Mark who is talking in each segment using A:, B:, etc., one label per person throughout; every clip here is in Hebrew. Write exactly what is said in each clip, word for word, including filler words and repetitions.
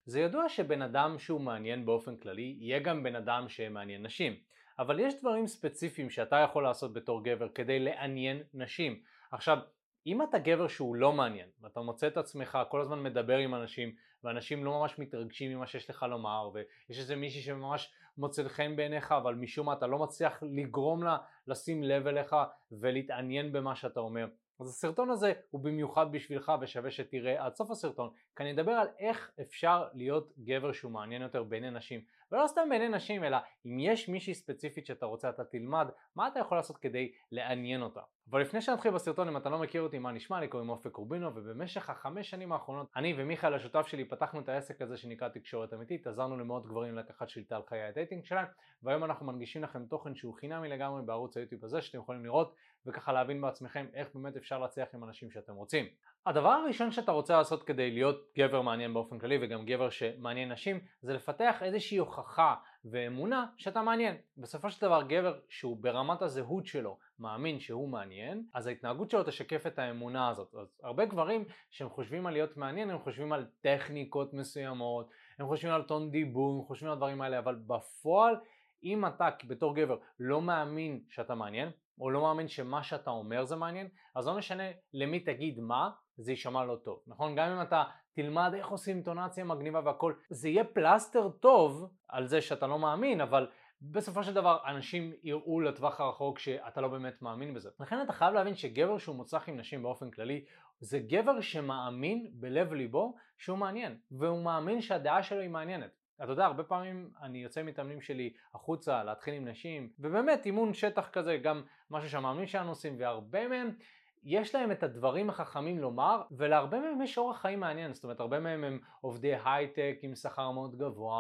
A: זה ידוע שבן אדם שהוא מעניין באופן כללי, יהיה גם בן אדם שמעניין נשים. אבל יש דברים ספציפיים שאתה יכול לעשות בתור גבר כדי לעניין נשים. עכשיו, אם אתה גבר שהוא לא מעניין, ואתה מוצא את עצמך כל הזמן מדבר עם אנשים, ואנשים לא ממש מתרגשים ממה שיש לך לומר, ויש איזה מישהי שממש מוצא חן בעיניך, אבל משום מה אתה לא מצליח לגרום לה לשים לב אליך ולהתעניין במה שאתה אומר. אז הסרטון הזה הוא במיוחד בשבילך ושווה שתראה עד סוף הסרטון, כי אני אדבר על איך אפשר להיות גבר שהוא מעניין יותר בעיני נשים, ולא סתם בעיני נשים, אלא אם יש מישהי ספציפית שאתה רוצה, אתה תלמד מה אתה יכול לעשות כדי לעניין אותה. אבל לפני שנתחיל בסרטון, אם אתה לא מכיר אותי, מה נשמע? לי קוראים אופק רובינו, ובמשך החמש שנים האחרונות אני ומיכאל השותף שלי פתחנו את העסק הזה שנקרא תקשורת אמיתית, עזרנו למאות גברים לקחת שליטה על חיי הדייטינג שלהם, והיום אנחנו מנגישים לכם תוכן שהוא חינמי לגמרי בערוץ היוטיוב הזה שאתם יכולים לראות וככה להבין בעצמכם איך באמת אפשר להצליח עם אנשים שאתם רוצים. הדבר הראשון שאתה רוצה לעשות כדי להיות גבר מעניין באופן כללי וגם גבר שמעניין נשים, זה לפתח איזושהי הוכחה ואמונה שאתה מעניין. בסופו של דבר גבר שהוא ברמת הזהות שלו מאמין שהוא מעניין, אז ההתנהגות שלו תשקף את האמונה הזאת. אז הרבה גברים שהם חושבים על להיות מעניין, הם חושבים על טכניקות מסוימות, הם חושבים על טון דיבור, הם חושבים על דברים האלה, אבל בפועל אם אתה בתור גבר לא מאמין שאתה מעניין, או לא מאמין שמה שאתה אומר זה מעניין, אז לא משנה למי תגיד מה, זה יישמע לא טוב, נכון? גם אם אתה תלמד איך עושים טונציה מגניבה והכל, זה יהיה פלסטר טוב על זה שאתה לא מאמין, אבל בסופו של דבר אנשים יראו לטווח הרחוק שאתה לא באמת מאמין בזה. לכן אתה חייב להבין שגבר שהוא מוצלח עם נשים באופן כללי, זה גבר שמאמין בלב ליבו שהוא מעניין, והוא מאמין שהדעה שלו היא מעניינת. אתה יודע, הרבה פעמים אני יוצא מתאמנים שלי החוצה להתחיל עם נשים, ובאמת אימון שטח כזה, גם משהו שהמאמנים שלנו עושים, והרבה מהם יש להם את הדברים החכמים לומר, ולהרבה מהם יש אורח חיים מעניין. זאת אומרת, הרבה מהם הם עובדי הייטק עם שכר מאוד גבוה,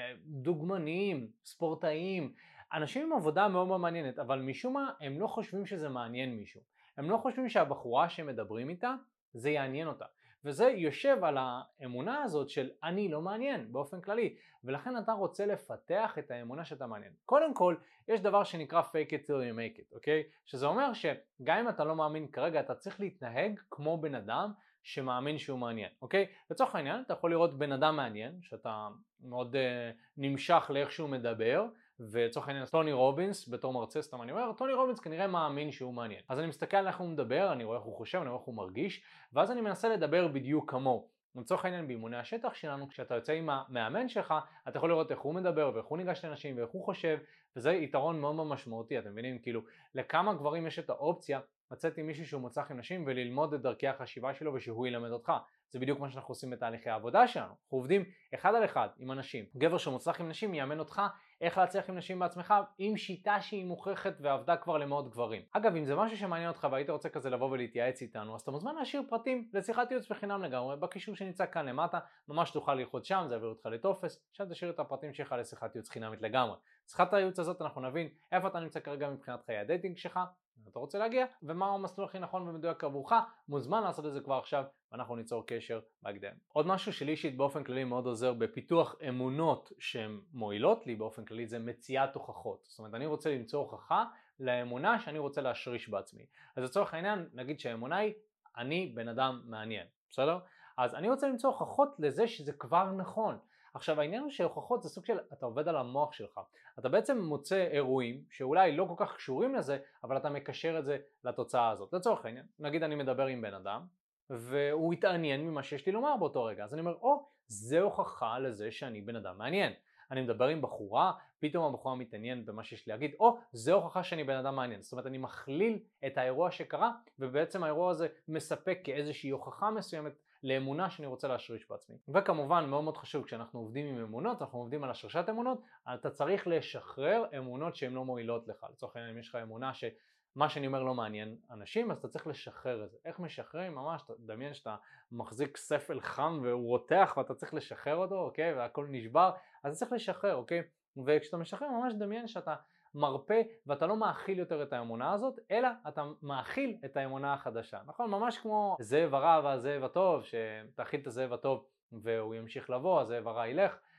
A: דוגמנים, ספורטאים, אנשים עם עבודה מאוד מאוד מעניינת, אבל משום מה הם לא חושבים שזה מעניין מישהו. הם לא חושבים שהבחורה שהם מדברים איתה זה יעניין אותה. וזה יושב על האמונה הזאת של אני לא מעניין באופן כללי, ולכן אתה רוצה לפתח את האמונה שאתה מעניין. קודם כל, יש דבר שנקרא fake it till you make it, אוקיי? שזה אומר שגם אם אתה לא מאמין כרגע, אתה צריך להתנהג כמו בן אדם שמאמין שהוא מעניין, אוקיי? לצורך העניין, אתה יכול לראות בן אדם מעניין, שאתה מאוד uh, נמשך לאיך שהוא מדבר, ולצורך העניין טוני רובינס בתור מרצה, סתם אני אומר, טוני רובינס כנראה מאמין שהוא מעניין. אז אני מסתכל על איך הוא מדבר, אני רואה איך הוא חושב, אני רואה איך הוא מרגיש, ואז אני מנסה לדבר בדיוק כמוהו. לצורך העניין באימוני השטח שלנו, כשאתה יוצא עם המאמן שלך, אתה יכול לראות איך הוא מדבר ואיך הוא ניגש לאנשים ואיך הוא חושב, וזה יתרון מאוד מאוד משמעותי. אתם מבינים? כאילו, לכמה גברים יש את האופציה לצאת עם מישהו שהוא מוצלח עם נשים וללמוד את דרכי החשיבה שלו ושהוא ילמד אותך. זה בדיוק מה שאנחנו עושים בתהליכי העבודה שלנו. אנחנו עובדים אחד על אחד עם אנשים. גבר שמוצלח עם נשים יאמן אותך איך להצליח עם נשים בעצמך עם שיטה שהיא מוכחת ועבדה כבר למאות גברים. אגב, אם זה משהו שמעניין אותך והיית רוצה כזה לבוא ולהתייעץ איתנו, אז אתה מוזמן להשאיר פרטים לשיחת ייעוץ בחינם לגמרי בקישור שנמצא כאן למטה, ממש תוכל ללחוץ שם, זה יעביר אותך לטופס, שם תשאיר את הפרטים שלך לשיחת ייעוץ חינמית לגמרי. שיחת הייעוץ הזאת אנחנו נבין איפה אתה נמצא כרגע מבחינת חיי הדייטינג שלך, אתה רוצה להגיע, ומהו המסלול הכי נכון ומדויק עבורך, מוזמן לעשות את זה כבר עכשיו, ואנחנו ניצור קשר בהקדם. עוד משהו שלי אישית באופן כללי מאוד עוזר בפיתוח אמונות שהן מועילות לי באופן כללי, זה מציאת הוכחות. זאת אומרת, אני רוצה למצוא הוכחה לאמונה שאני רוצה להשריש בעצמי. אז לצורך העניין, נגיד שהאמונה היא, אני בן אדם מעניין, בסדר? אז אני רוצה למצוא הוכחות לזה שזה כבר נכון. עכשיו העניין הוא שהוכחות זה סוג של, אתה עובד על המוח שלך, אתה בעצם מוצא אירועים שאולי לא כל כך קשורים לזה, אבל אתה מקשר את זה לתוצאה הזאת. לצורך העניין, נגיד אני מדבר עם בן אדם, והוא התעניין ממה שיש לי לומר באותו רגע, אז אני אומר, או, זה הוכחה לזה שאני בן אדם מעניין. אני מדבר עם בחורה, פתאום הבחורה מתעניין במה שיש לי להגיד, או, זה הוכחה שאני בן אדם מעניין. זאת אומרת, אני מכליל את האירוע שקרה, ובעצם האירוע הזה מספק כאיזושהי הוכחה מסוימת לאמונה שאני רוצה להשריש בעצמי. וכמובן מאוד מאוד חשוב, כשאנחנו עובדים עם אמונות, אנחנו עובדים על השרשת אמונות, אתה צריך לשחרר אמונות שהן לא מועילות לך. לצורך העניין, אם יש לך אמונה שמה שאני אומר לא מעניין אנשים, אז אתה צריך לשחרר את זה. איך משחררים? ממש, תדמיין שאתה מחזיק ספל חם והוא רותח ואתה צריך לשחרר אותו, אוקיי? והכל נשבר, אז אתה צריך לשחרר, אוקיי? וכשאתה משחרר, ממש דמיין שאתה מרפא ואתה לא מאכיל יותר את האמונה הזאת, אלא אתה מאכיל את האמונה החדשה. נכון? ממש כמו זאב הרע והזאב הטוב, שתאכיל את הזאב הטוב והוא ימשיך לבוא, הזאב הרע ילך,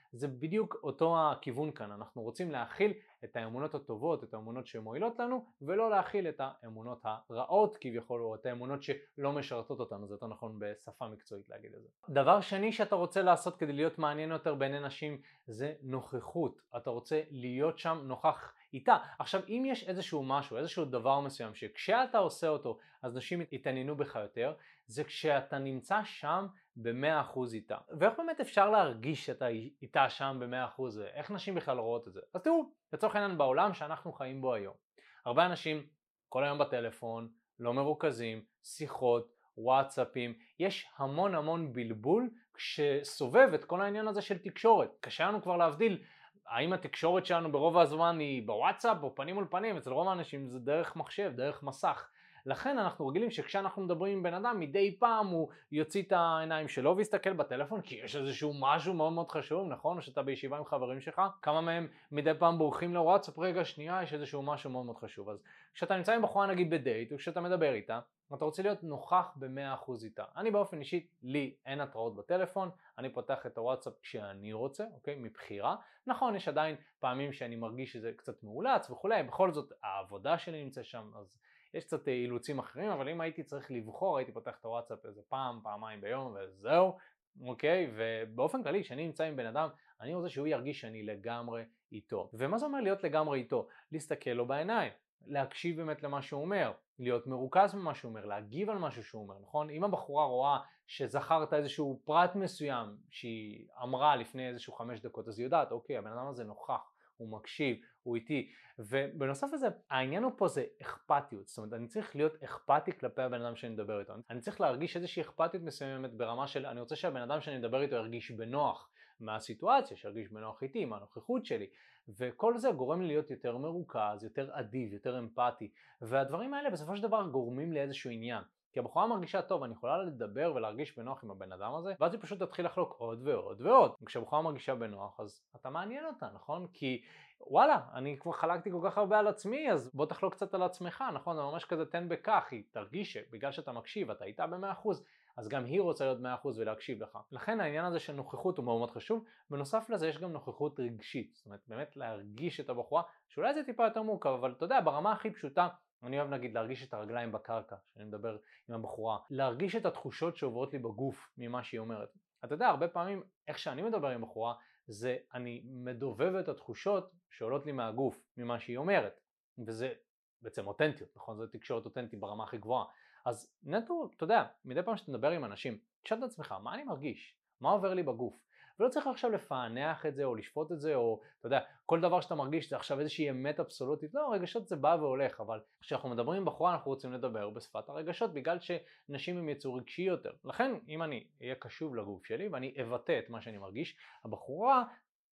A: זה בדיוק אותו הכיוון כאן, אנחנו רוצים להכיל את האמונות הטובות, את האמונות שמועילות לנו, ולא להכיל את האמונות הרעות כביכול, או את האמונות שלא משרתות אותנו, זה יותר נכון בשפה מקצועית להגיד את זה. דבר שני שאתה רוצה לעשות כדי להיות מעניין יותר בעיני נשים, זה נוכחות. אתה רוצה להיות שם נוכח איתה. עכשיו, אם יש איזשהו משהו, איזשהו דבר מסוים, שכשאתה עושה אותו, אז נשים יתעניינו בך יותר, זה כשאתה נמצא שם ב-מאה אחוז איתה. ואיך באמת אפשר להרגיש שאתה איתה שם ב-מאה אחוז? איך נשים בכלל רואות את זה? אז תראו, לצורך העניין בעולם שאנחנו חיים בו היום. הרבה אנשים כל היום בטלפון, לא מרוכזים, שיחות, וואטסאפים, יש המון המון בלבול שסובב את כל העניין הזה של תקשורת. קשה לנו כבר להבדיל האם התקשורת שלנו ברוב הזמן היא בוואטסאפ או פנים מול פנים, אצל רוב האנשים זה דרך מחשב, דרך מסך. לכן אנחנו רגילים שכשאנחנו מדברים עם בן אדם מדי פעם הוא יוציא את העיניים שלו ויסתכל בטלפון כי יש איזשהו משהו מאוד מאוד חשוב, נכון? או שאתה בישיבה עם חברים שלך, כמה מהם מדי פעם בורחים לוואטסאפ, רגע שנייה יש איזשהו משהו מאוד מאוד חשוב. אז כשאתה נמצא עם בחורה נגיד בדייט או כשאתה מדבר איתה, אתה רוצה להיות נוכח ב-מאה אחוז איתה. אני באופן אישי, לי אין התראות בטלפון, אני פותח את הוואטסאפ כשאני רוצה, אוקיי? מבחירה. נכון, יש עדיין פעמים שאני מרגיש שזה קצת מאולץ וכולי, בכל זאת העבודה שלי נמצא שם, אז יש קצת אילוצים אחרים, אבל אם הייתי צריך לבחור, הייתי פותח את הוואטסאפ איזה פעם, פעמיים ביום וזהו, אוקיי? ובאופן כללי, כשאני נמצא עם בן אדם, אני רוצה שהוא ירגיש שאני לגמרי איתו. ומה זה אומר להיות לגמרי איתו? להסתכל לו בעיניים, להקשיב באמת למה שהוא אומר, להיות מרוכז במה שהוא אומר, להגיב על משהו שהוא אומר, נכון? אם הבחורה רואה שזכרת איזשהו פרט מסוים שהיא אמרה לפני איזשהו חמש דקות, אז היא יודעת, אוקיי, הבן אדם הזה נוכח, הוא מקשיב, הוא איתי, ובנוסף לזה, העניין הוא פה זה אכפתיות, זאת אומרת, אני צריך להיות אכפתי כלפי הבן אדם שאני מדבר איתו, אני צריך להרגיש איזושהי אכפתיות מסוימת ברמה של, אני רוצה שהבן אדם שאני מדבר איתו ירגיש בנוח מהסיטואציה, שירגיש בנוח איתי, מהנוכחות שלי, וכל זה גורם לי להיות יותר מרוכז, יותר אדיב, יותר אמפתי, והדברים האלה בסופו של דבר גורמים לאיזשהו עניין. כי הבחורה מרגישה טוב, אני יכולה לדבר ולהרגיש בנוח עם הבן אדם הזה, ואז היא פשוט תתחיל לחלוק עוד ועוד ועוד. וכשהבחורה מרגישה בנוח, אז אתה מעניין אותה, נכון? כי וואלה, אני כבר חלקתי כל כך הרבה על עצמי, אז בוא תחלוק קצת על עצמך, נכון? זה ממש כזה תן בכך, היא תרגיש שבגלל שאתה מקשיב, אתה איתה ב-מאה אחוז, אז גם היא רוצה להיות מאה אחוז ולהקשיב לך. לכן העניין הזה של נוכחות הוא מאוד מאוד חשוב. בנוסף לזה יש גם נוכחות רגשית, זאת אומרת באמת להרגיש את הבחורה, שאולי זה טיפה יותר מורכב, אבל אתה יודע, ברמה הכי פשוטה, אני אוהב נגיד להרגיש את הרגליים בקרקע, שאני מדבר עם הבחורה, להרגיש את התחושות שעוברות לי בגוף ממה שהיא אומרת. אתה יודע, הרבה פעמים איך שאני מדבר עם בחורה, זה אני מדובב את התחושות שעולות לי מהגוף ממה שהיא אומרת, וזה בעצם אותנטיות, נכון? זה תקשורת אותנטית ברמה הכי גבוהה. אז נטו, אתה יודע, מדי פעם שאתה מדבר עם אנשים, תשאל את עצמך, מה אני מרגיש? מה עובר לי בגוף? ולא צריך עכשיו לפענח את זה או לשפוט את זה, או אתה יודע, כל דבר שאתה מרגיש זה עכשיו איזושהי אמת אבסולוטית. לא, רגשות זה בא והולך, אבל כשאנחנו מדברים עם בחורה אנחנו רוצים לדבר בשפת הרגשות, בגלל שנשים הם יצור רגשי יותר. לכן, אם אני אהיה קשוב לגוף שלי ואני אבטא את מה שאני מרגיש, הבחורה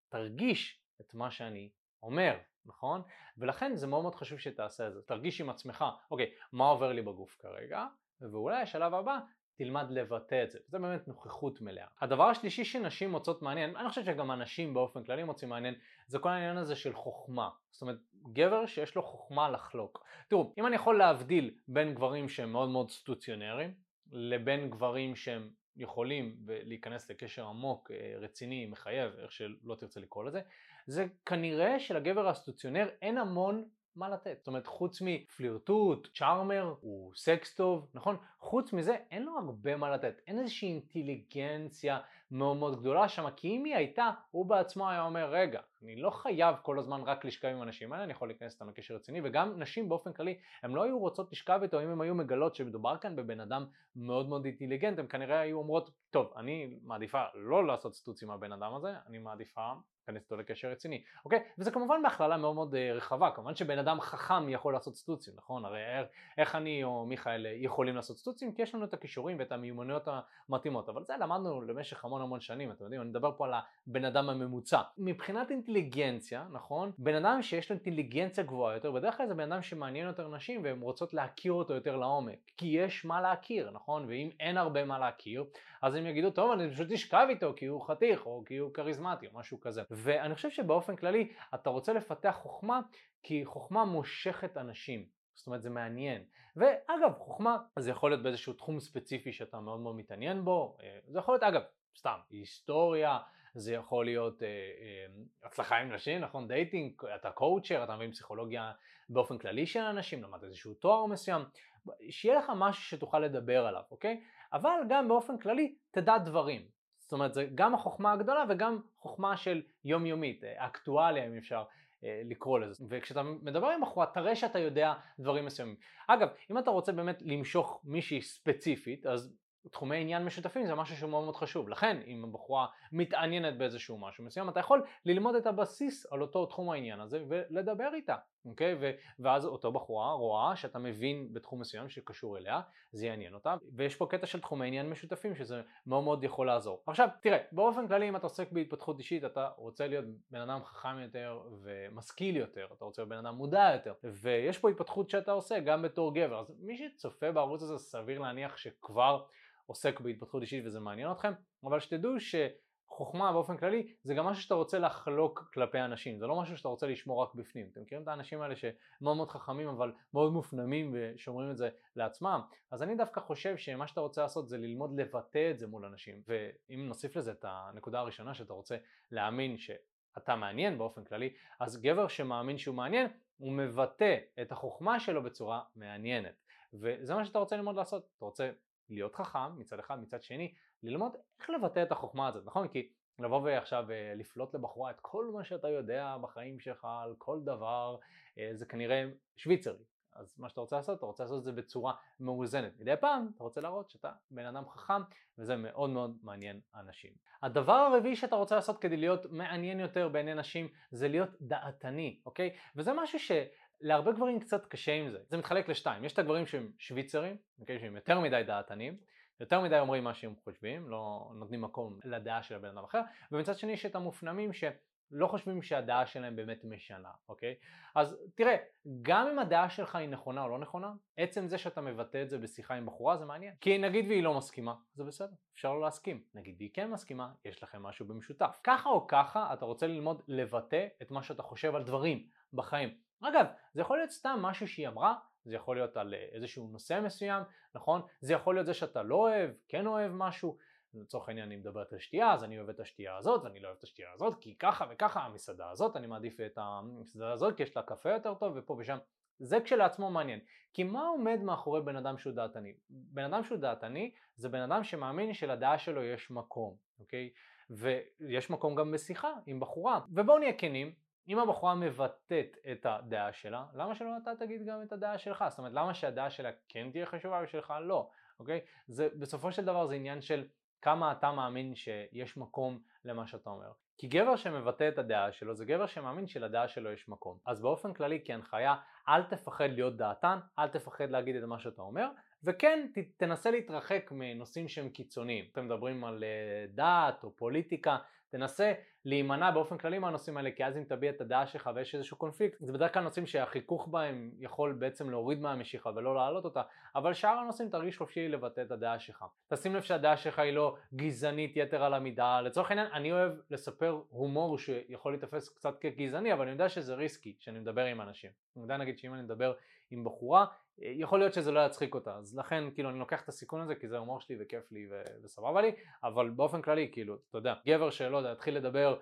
A: תרגיש את מה שאני אומר, נכון? ולכן זה מאוד מאוד חשוב שתעשה את זה. תרגיש עם עצמך, אוקיי, מה עובר לי בגוף כרגע? ואולי השלב הבא, תלמד לבטא את זה. זה באמת נוכחות מלאה. הדבר השלישי שנשים מוצאות מעניין, אני חושב שגם אנשים באופן כללי מוצאים מעניין, זה כל העניין הזה של חוכמה. זאת אומרת, גבר שיש לו חוכמה לחלוק. תראו, אם אני יכול להבדיל בין גברים שהם מאוד מאוד סטוציונרים, לבין גברים שהם יכולים להיכנס לקשר עמוק, רציני, מחייב, איך שלא תרצה לקרוא לזה, זה כנראה שלגבר הסטוציונר אין המון מה לתת. זאת אומרת, חוץ מפלירטוט, צ'ארמר, הוא סקס טוב, נכון? חוץ מזה, אין לו הרבה מה לתת. אין איזושהי אינטליגנציה מאוד מאוד גדולה שם, כי אם היא הייתה, הוא בעצמו היה אומר, רגע, אני לא חייב כל הזמן רק לשכב עם אנשים האלה, אני יכול להיכנס איתם לקשר רציני, וגם נשים באופן כללי, הן לא היו רוצות לשכב איתו, אם הן היו מגלות שמדובר כאן בבן אדם מאוד מאוד אינטליגנט, הן כנראה היו אומרות, טוב, אני מעדיפה לא לעשות סטוץ עם הבן אדם הזה, אני מעדיפה להיכנס איתו לקשר רציני, אוקיי? וזה כמובן בהכללה מאוד מאוד רחבה, כמובן שבן אדם חכם יכול לעשות סטוצים, נכון? הרי איך אני או מיכאל יכולים לעשות סטוצים? כי יש לנו את הכישורים ואת המיומנויות המתאימות, אבל זה למדנו למשך המון המון שנים, אתם יודעים, אני מדבר פה על הבן אדם הממוצע. מבחינת אינטליגנציה, נכון? בן אדם שיש לו אינטליגנציה גבוהה יותר, בדרך כלל זה בן אדם שמעניין יותר נשים והן רוצות להכיר אותו יותר לעומק, כי יש מה להכיר, נכון? ואם אין הרבה מה להכיר, אז הם יגידו, טוב, אני פשוט אשכב איתו כי הוא חתיך או כי הוא כריזמטי או משהו כזה. ואני חושב שבאופן כללי אתה רוצה לפתח חוכמה, כי חוכמה מושכת אנשים. זאת אומרת, זה מעניין. ואגב, חוכמה, זה יכול להיות באיזשהו תחום ספציפי שאתה מאוד מאוד מתעניין בו. זה יכול להיות, אגב, סתם, היסטוריה, זה יכול להיות אה, אה, הצלחה עם נשים, נכון? דייטינג, אתה קואוצ'ר, אתה מבין פסיכולוגיה באופן כללי של אנשים, למדת איזשהו תואר מסוים, שיהיה לך משהו שתוכל לדבר עליו, אוקיי? אבל גם באופן כללי תדע דברים. זאת אומרת, זה גם החוכמה הגדולה וגם חוכמה של יומיומית, אקטואליה אם אפשר לקרוא לזה. וכשאתה מדבר עם בחורה, תראה שאתה יודע דברים מסוימים. אגב, אם אתה רוצה באמת למשוך מישהי ספציפית, אז תחומי עניין משותפים זה משהו שהוא מאוד מאוד חשוב. לכן, אם הבחורה מתעניינת באיזשהו משהו מסוים, אתה יכול ללמוד את הבסיס על אותו תחום העניין הזה ולדבר איתה, אוקיי? ו- ואז אותו בחורה רואה שאתה מבין בתחום מסוים שקשור אליה, זה יעניין אותה. ויש פה קטע של תחומי עניין משותפים שזה מאוד מאוד יכול לעזור. עכשיו, תראה, באופן כללי אם אתה עוסק בהתפתחות אישית, אתה רוצה להיות בן אדם חכם יותר ומשכיל יותר, אתה רוצה להיות בן אדם מודע יותר, ויש פה התפתחות שאתה עושה גם בתור גבר. אז מי שצופה בערוץ הזה סביר להניח שכבר עוסק בהתפתחות אישית וזה מעניין אתכם, אבל שתדעו שחוכמה באופן כללי זה גם משהו שאתה רוצה לחלוק כלפי אנשים, זה לא משהו שאתה רוצה לשמור רק בפנים. אתם מכירים את האנשים האלה שמאוד מאוד חכמים אבל מאוד מופנמים ושומרים את זה לעצמם? אז אני דווקא חושב שמה שאתה רוצה לעשות זה ללמוד לבטא את זה מול אנשים, ואם נוסיף לזה את הנקודה הראשונה שאתה רוצה להאמין שאתה מעניין באופן כללי, אז גבר שמאמין שהוא מעניין הוא מבטא את החוכמה שלו בצורה מעניינת, וזה מה שאתה רוצה ללמוד לעשות. אתה רוצה להיות חכם מצד אחד, מצד שני ללמוד איך לבטא את החוכמה הזאת, נכון? כי לבוא ועכשיו לפלוט לבחורה את כל מה שאתה יודע בחיים שלך על כל דבר, זה כנראה שוויצרי. אז מה שאתה רוצה לעשות, אתה רוצה לעשות את זה בצורה מאוזנת. מדי פעם אתה רוצה להראות שאתה בן אדם חכם, וזה מאוד מאוד מעניין אנשים. הדבר הרביעי שאתה רוצה לעשות כדי להיות מעניין יותר בעיני נשים זה להיות דעתני, אוקיי? וזה משהו ש... להרבה גברים קצת קשה עם זה. זה מתחלק לשתיים. יש את הגברים שהם שוויצרים, אוקיי, שהם יותר מדי דעתנים, יותר מדי אומרים מה שהם חושבים, לא נותנים מקום לדעה של הבן אדם אחר, ומצד שני יש את המופנמים שלא חושבים שהדעה שלהם באמת משנה, אוקיי? אז תראה, גם אם הדעה שלך היא נכונה או לא נכונה, עצם זה שאתה מבטא את זה בשיחה עם בחורה זה מעניין. כי נגיד והיא לא מסכימה, זה בסדר, אפשר לא להסכים. נגיד והיא כן מסכימה, יש לכם משהו במשותף. ככה או ככה אתה רוצה ללמוד לבטא את מה שאתה חושב על דברים בחיים. אגב, זה יכול להיות סתם משהו שהיא אמרה, זה יכול להיות על איזשהו נושא מסוים, נכון? זה יכול להיות זה שאתה לא אוהב, כן אוהב משהו. לצורך העניין אני מדברת על שתייה, אז אני אוהב את השתייה הזאת ואני לא אוהב את השתייה הזאת, כי ככה וככה המסעדה הזאת, אני מעדיף את המסעדה הזאת כי יש לה קפה יותר טוב ופה ושם. זה כשלעצמו מעניין. כי מה עומד מאחורי בן אדם שהוא דעתני? בן אדם שהוא דעתני זה בן אדם שמאמין שלדעה שלו יש מקום, אוקיי? ויש מקום גם בשיחה עם בחורה. ובואו נהיה כנים. אם הבחורה מבטאת את הדעה שלה, למה שלא אתה תגיד גם את הדעה שלך? זאת אומרת, למה שהדעה שלה כן תהיה חשובה ושלך לא? אוקיי? זה, בסופו של דבר זה עניין של כמה אתה מאמין שיש מקום למה שאתה אומר. כי גבר שמבטא את הדעה שלו זה גבר שמאמין שלדעה שלו יש מקום. אז באופן כללי כהנחיה, אל תפחד להיות דעתן, אל תפחד להגיד את מה שאתה אומר, וכן ת, תנסה להתרחק מנושאים שהם קיצוניים. אתם מדברים על uh, דת או פוליטיקה, תנסה להימנע באופן כללי מהנושאים האלה, כי אז אם תביע את הדעה שלך ויש איזשהו קונפליקט, זה בדרך כלל נושאים שהחיכוך בהם יכול בעצם להוריד מהמשיכה ולא להעלות אותה, אבל שאר הנושאים תרגיש חופשי לבטא את הדעה שלך. תשים לב שהדעה שלך היא לא גזענית יתר על המידה. לצורך העניין, אני אוהב לספר הומור שיכול להתאפס קצת כגזעני, אבל אני יודע שזה ריסקי שאני מדבר עם אנשים. אני יודע נגיד שאם אני מדבר עם בחורה, יכול להיות שזה לא יצחיק אותה, אז לכן כאילו אני לוקח את הסיכון הזה כי זה הומור שלי וכיף לי ו- וסבבה לי, אבל באופן כללי כאילו, אתה יודע, גבר שלא יודע, התחיל לדבר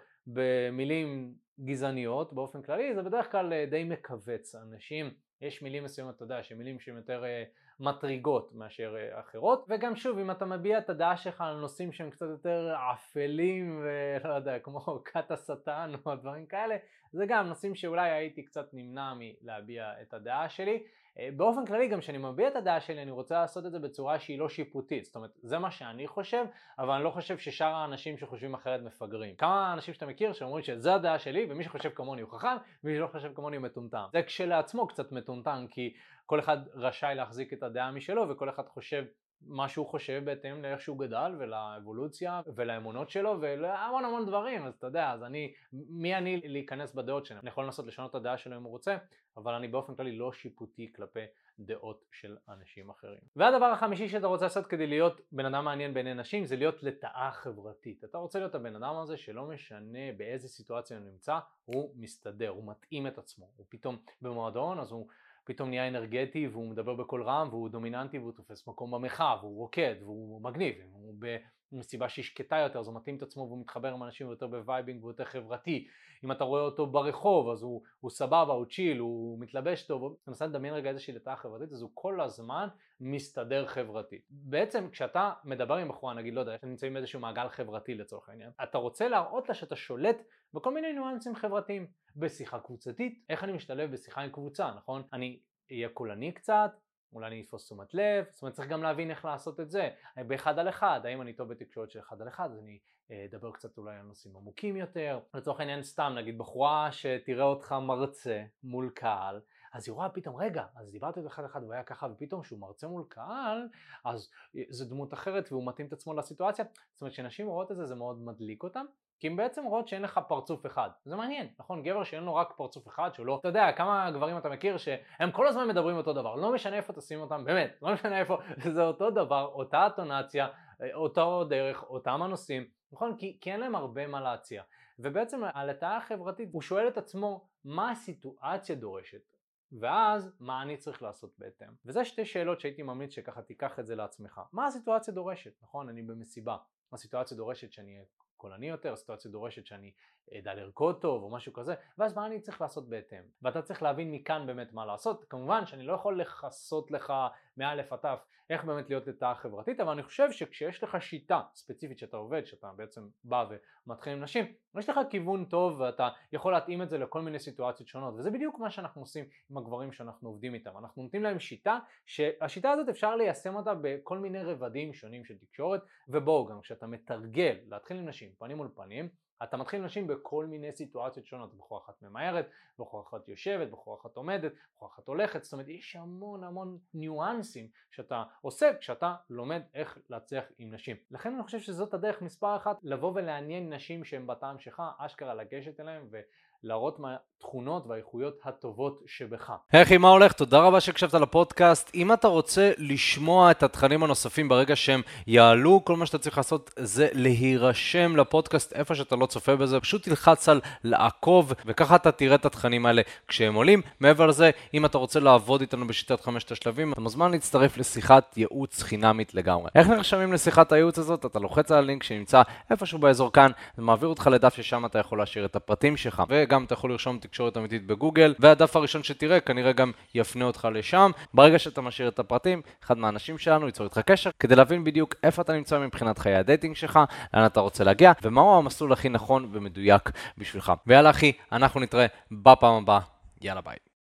A: במילים גזעניות באופן כללי, זה בדרך כלל די מקווץ אנשים. יש מילים מסוימות, אתה יודע, שמילים שהן יותר uh, מטריגות מאשר uh, אחרות, וגם שוב, אם אתה מביע את הדעה שלך על נושאים שהם קצת יותר אפלים ולא יודע, כמו כת השטן או דברים כאלה, זה גם נושאים שאולי הייתי קצת נמנע מלהביע את הדעה שלי. באופן כללי גם כשאני מביע את הדעה שלי אני רוצה לעשות את זה בצורה שהיא לא שיפוטית, זאת אומרת זה מה שאני חושב, אבל אני לא חושב ששאר האנשים שחושבים אחרת מפגרים. כמה אנשים שאתה מכיר שאומרים שזה הדעה שלי ומי שחושב כמוני הוא חכם ומי שלא חושב כמוני הוא מטומטם. זה כשלעצמו קצת מטומטם כי כל אחד רשאי להחזיק את הדעה משלו וכל אחד חושב מה שהוא חושב בהתאם לאיך שהוא גדל ולאבולוציה ולאמונות שלו ולהמון המון דברים. אז אתה יודע, אז אני, מי אני להיכנס בדעות שלהם? אני יכול לנסות לשנות את הדעה שלו אם הוא רוצה, אבל אני באופן כללי לא שיפוטי כלפי דעות של אנשים אחרים. והדבר החמישי שאתה רוצה לעשות כדי להיות בן אדם מעניין בעיני נשים זה להיות לטאה חברתית. אתה רוצה להיות הבן אדם הזה שלא משנה באיזה סיטואציה הוא נמצא, הוא מסתדר, הוא מתאים את עצמו. הוא פתאום במועדון אז הוא פתאום נהיה אנרגטי והוא מדבר בקול רם והוא דומיננטי והוא תופס מקום במחאה והוא רוקד והוא מגניב, הוא מסיבה שהיא שקטה יותר, אז הוא מתאים את עצמו והוא מתחבר עם אנשים יותר בווייבינג ויותר חברתי. אם אתה רואה אותו ברחוב, אז הוא, הוא סבבה, הוא צ'יל, הוא מתלבש טוב. אתה מנסה לדמיין רגע איזושהי לטאה חברתית, אז הוא כל הזמן מסתדר חברתית. בעצם כשאתה מדבר עם בחורה, נגיד, לא יודע, שנמצאים באיזשהו מעגל חברתי לצורך העניין, אתה רוצה להראות לה שאתה שולט בכל מיני ניואנסים חברתיים. בשיחה קבוצתית, איך אני משתלב בשיחה עם קבוצה, נכון? אני אהיה קולני קצת, אולי אני אתפוס תשומת לב, זאת אומרת צריך גם להבין איך לעשות את זה, באחד על אחד, האם אני טוב בתקשורת של אחד על אחד, אז אני אדבר קצת אולי על נושאים עמוקים יותר, לצורך העניין סתם, נגיד בחורה שתראה אותך מרצה מול קהל, אז היא רואה פתאום, רגע, אז דיברתי את אחד על אחד והיה ככה, ופתאום שהוא מרצה מול קהל, אז זו דמות אחרת והוא מתאים את עצמו לסיטואציה, זאת אומרת שנשים רואות את זה, זה מאוד מדליק אותם, כי הם בעצם רואות שאין לך פרצוף אחד. זה מעניין, נכון? גבר שאין לו רק פרצוף אחד, שלא, אתה יודע, כמה גברים אתה מכיר שהם כל הזמן מדברים אותו דבר, לא משנה איפה תשים אותם, באמת, לא משנה איפה, זה אותו דבר, אותה אטונציה, אותו דרך, אותם הנושאים, נכון? כי, כי אין להם הרבה מה להציע. ובעצם על הלטאה החברתית, הוא שואל את עצמו, מה הסיטואציה דורשת? ואז, מה אני צריך לעשות בהתאם? וזה שתי שאלות שהייתי ממליץ שככה תיקח את זה לעצמך. מה הסיטואציה דורשת? נכון? אני במסיבה. הסיטואציה דורשת שאני אהיה קולני יותר, הסיטואציה דורשת שאני אדע לרקוד טוב או משהו כזה, ואז מה אני צריך לעשות בהתאם? ואתה צריך להבין מכאן באמת מה לעשות. כמובן שאני לא יכול לחסות לך מאלף עד תף איך באמת להיות לטאה חברתית, אבל אני חושב שכשיש לך שיטה ספציפית שאתה עובד, שאתה בעצם בא ומתחיל עם נשים, יש לך כיוון טוב ואתה יכול להתאים את זה לכל מיני סיטואציות שונות, וזה בדיוק מה שאנחנו עושים עם הגברים שאנחנו עובדים איתם. אנחנו נותנים להם שיטה, שהשיטה הזאת אפשר ליישם אותה בכל מיני רבדים שונים של תקשורת, ובואו גם כשאתה מתרגל להתחיל עם נשים פנים מול פנים, אתה מתחיל עם נשים בכל מיני סיטואציות שונות, בחורה אחת ממהרת, בחורה אחת יושבת, בחורה אחת עומדת, בחורה אחת הולכת, זאת אומרת יש המון המון ניואנסים שאתה עושה כשאתה לומד איך להצליח עם נשים. לכן אני חושב שזאת הדרך מספר אחת, לבוא ולעניין נשים שהן בטעם שלך, אשכרה לגשת אליהם ולהראות מה התכונות והאיכויות הטובות שבך.
B: היי אחי, מה הולך? תודה רבה שהקשבת לפודקאסט. אם אתה רוצה לשמוע את התכנים הנוספים ברגע שהם יעלו, כל מה שאתה צריך לעשות זה להירשם לפודקאסט איפה שאתה לא צופה בזה, פשוט תלחץ על לעקוב וככה אתה תראה את התכנים האלה כשהם עולים. מעבר לזה, אם אתה רוצה לעבוד איתנו בשיטת חמשת השלבים, אתה מוזמן להצטרף לשיחת ייעוץ חינמית לגמרי. איך נרשמים לשיחת הייעוץ הזאת? אתה לוחץ על הלינק שנמצא איפשהו באזור כאן, זה מעביר אותך לדף ששם אתה יכול להשאיר את הפרטים שלך, וגם אתה יכול לרשום תקשורת אמיתית בגוגל, והדף הראשון שתראה כנראה גם יפנה אותך לשם. ברגע שאתה משאיר את הפרטים, אחד מהאנשים שלנו ייצור איתך קשר כדי להבין בדיוק איפה אתה נמצא מבחינת חיי הדייטינג שלך, לאן אתה רוצה להגיע, ומהו המסלול הכי נכון ומדויק בשבילך. ויאללה אחי, אנחנו נתראה בפעם הבאה. יאללה ביי.